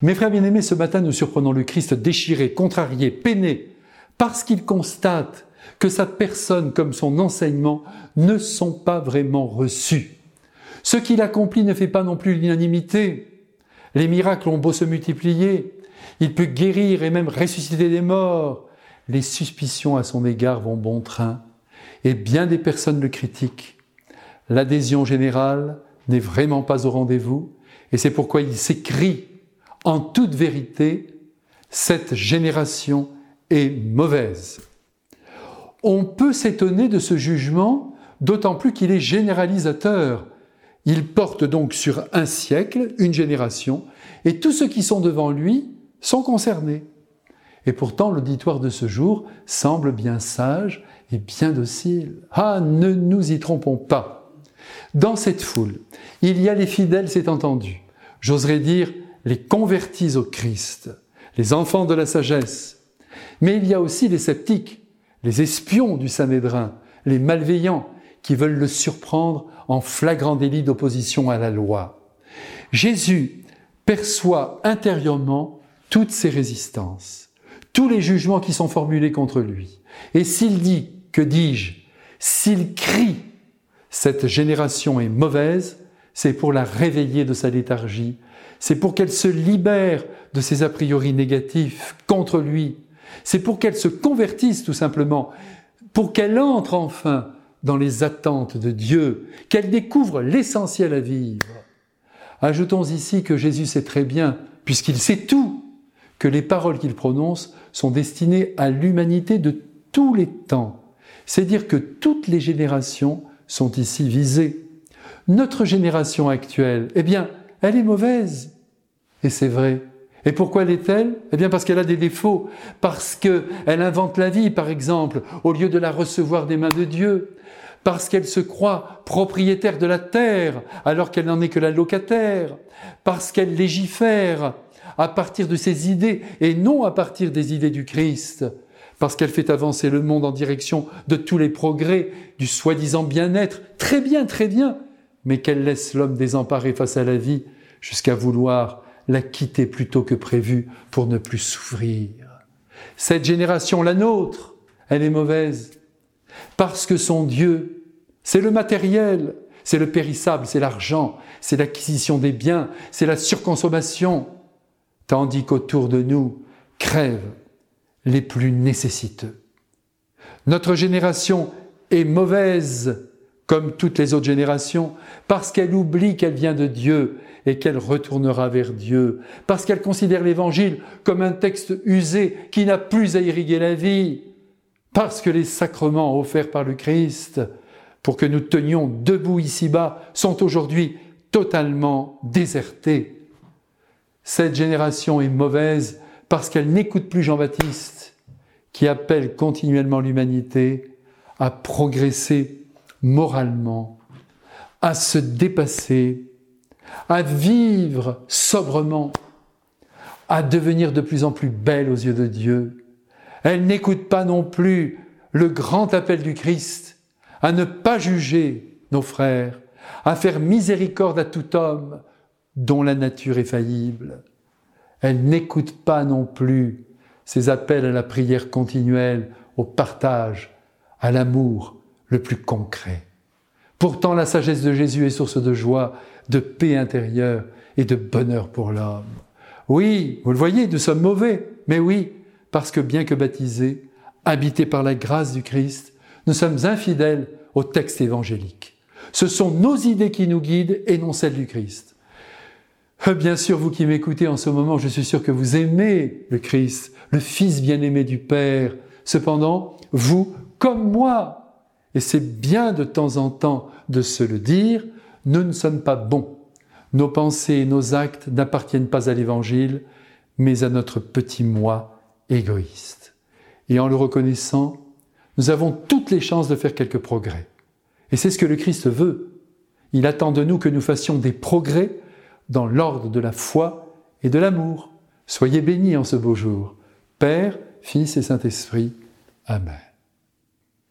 Mes frères bien-aimés, ce matin, nous surprenons le Christ déchiré, contrarié, peiné, parce qu'il constate que sa personne comme son enseignement ne sont pas vraiment reçus. Ce qu'il accomplit ne fait pas non plus l'unanimité. Les miracles ont beau se multiplier, il peut guérir et même ressusciter des morts. Les suspicions à son égard vont bon train, et bien des personnes le critiquent. L'adhésion générale n'est vraiment pas au rendez-vous, et c'est pourquoi il s'écrit en toute vérité, cette génération est mauvaise. On peut s'étonner de ce jugement, d'autant plus qu'il est généralisateur. Il porte donc sur un siècle, une génération, et tous ceux qui sont devant lui sont concernés. Et pourtant, l'auditoire de ce jour semble bien sage et bien docile. Ah, ne nous y trompons pas. Dans cette foule, il y a les fidèles, c'est entendu. J'oserais dire les convertis au Christ, les enfants de la sagesse. Mais il y a aussi les sceptiques, les espions du Sanhédrin, les malveillants qui veulent le surprendre en flagrant délit d'opposition à la loi. Jésus perçoit intérieurement toutes ces résistances, tous les jugements qui sont formulés contre lui. Et s'il dit, que dis-je, s'il crie « cette génération est mauvaise », c'est pour la réveiller de sa léthargie, c'est pour qu'elle se libère de ses a priori négatifs contre lui, c'est pour qu'elle se convertisse tout simplement, pour qu'elle entre enfin dans les attentes de Dieu, qu'elle découvre l'essentiel à vivre. Ajoutons ici que Jésus sait très bien, puisqu'il sait tout, que les paroles qu'il prononce sont destinées à l'humanité de tous les temps. C'est dire que toutes les générations sont ici visées. Notre génération actuelle, eh bien, elle est mauvaise. Et c'est vrai. Et pourquoi l'est-elle ? Eh bien parce qu'elle a des défauts, parce qu'elle invente la vie, par exemple, au lieu de la recevoir des mains de Dieu, parce qu'elle se croit propriétaire de la terre, alors qu'elle n'en est que la locataire, parce qu'elle légifère à partir de ses idées et non à partir des idées du Christ, parce qu'elle fait avancer le monde en direction de tous les progrès, du soi-disant bien-être, très bien, mais qu'elle laisse l'homme désemparé face à la vie jusqu'à vouloir la quitter plus tôt que prévu pour ne plus souffrir. Cette génération, la nôtre, elle est mauvaise parce que son Dieu, c'est le matériel, c'est le périssable, c'est l'argent, c'est l'acquisition des biens, c'est la surconsommation, tandis qu'autour de nous crèvent les plus nécessiteux. Notre génération est mauvaise comme toutes les autres générations, parce qu'elle oublie qu'elle vient de Dieu et qu'elle retournera vers Dieu, parce qu'elle considère l'Évangile comme un texte usé qui n'a plus à irriguer la vie, parce que les sacrements offerts par le Christ, pour que nous tenions debout ici-bas, sont aujourd'hui totalement désertés. Cette génération est mauvaise parce qu'elle n'écoute plus Jean-Baptiste, qui appelle continuellement l'humanité à progresser moralement, à se dépasser, à vivre sobrement, à devenir de plus en plus belle aux yeux de Dieu. Elle n'écoute pas non plus le grand appel du Christ à ne pas juger nos frères, à faire miséricorde à tout homme dont la nature est faillible. Elle n'écoute pas non plus ces appels à la prière continuelle, au partage, à l'amour le plus concret. Pourtant, la sagesse de Jésus est source de joie, de paix intérieure et de bonheur pour l'homme. Oui, vous le voyez, nous sommes mauvais, mais oui, parce que bien que baptisés, habités par la grâce du Christ, nous sommes infidèles au texte évangélique. Ce sont nos idées qui nous guident et non celles du Christ. Bien sûr, vous qui m'écoutez en ce moment, je suis sûr que vous aimez le Christ, le Fils bien-aimé du Père. Cependant, vous, comme moi, et c'est bien de temps en temps de se le dire, nous ne sommes pas bons. Nos pensées et nos actes n'appartiennent pas à l'Évangile, mais à notre petit moi égoïste. Et en le reconnaissant, nous avons toutes les chances de faire quelques progrès. Et c'est ce que le Christ veut. Il attend de nous que nous fassions des progrès dans l'ordre de la foi et de l'amour. Soyez bénis en ce beau jour. Père, Fils et Saint-Esprit. Amen.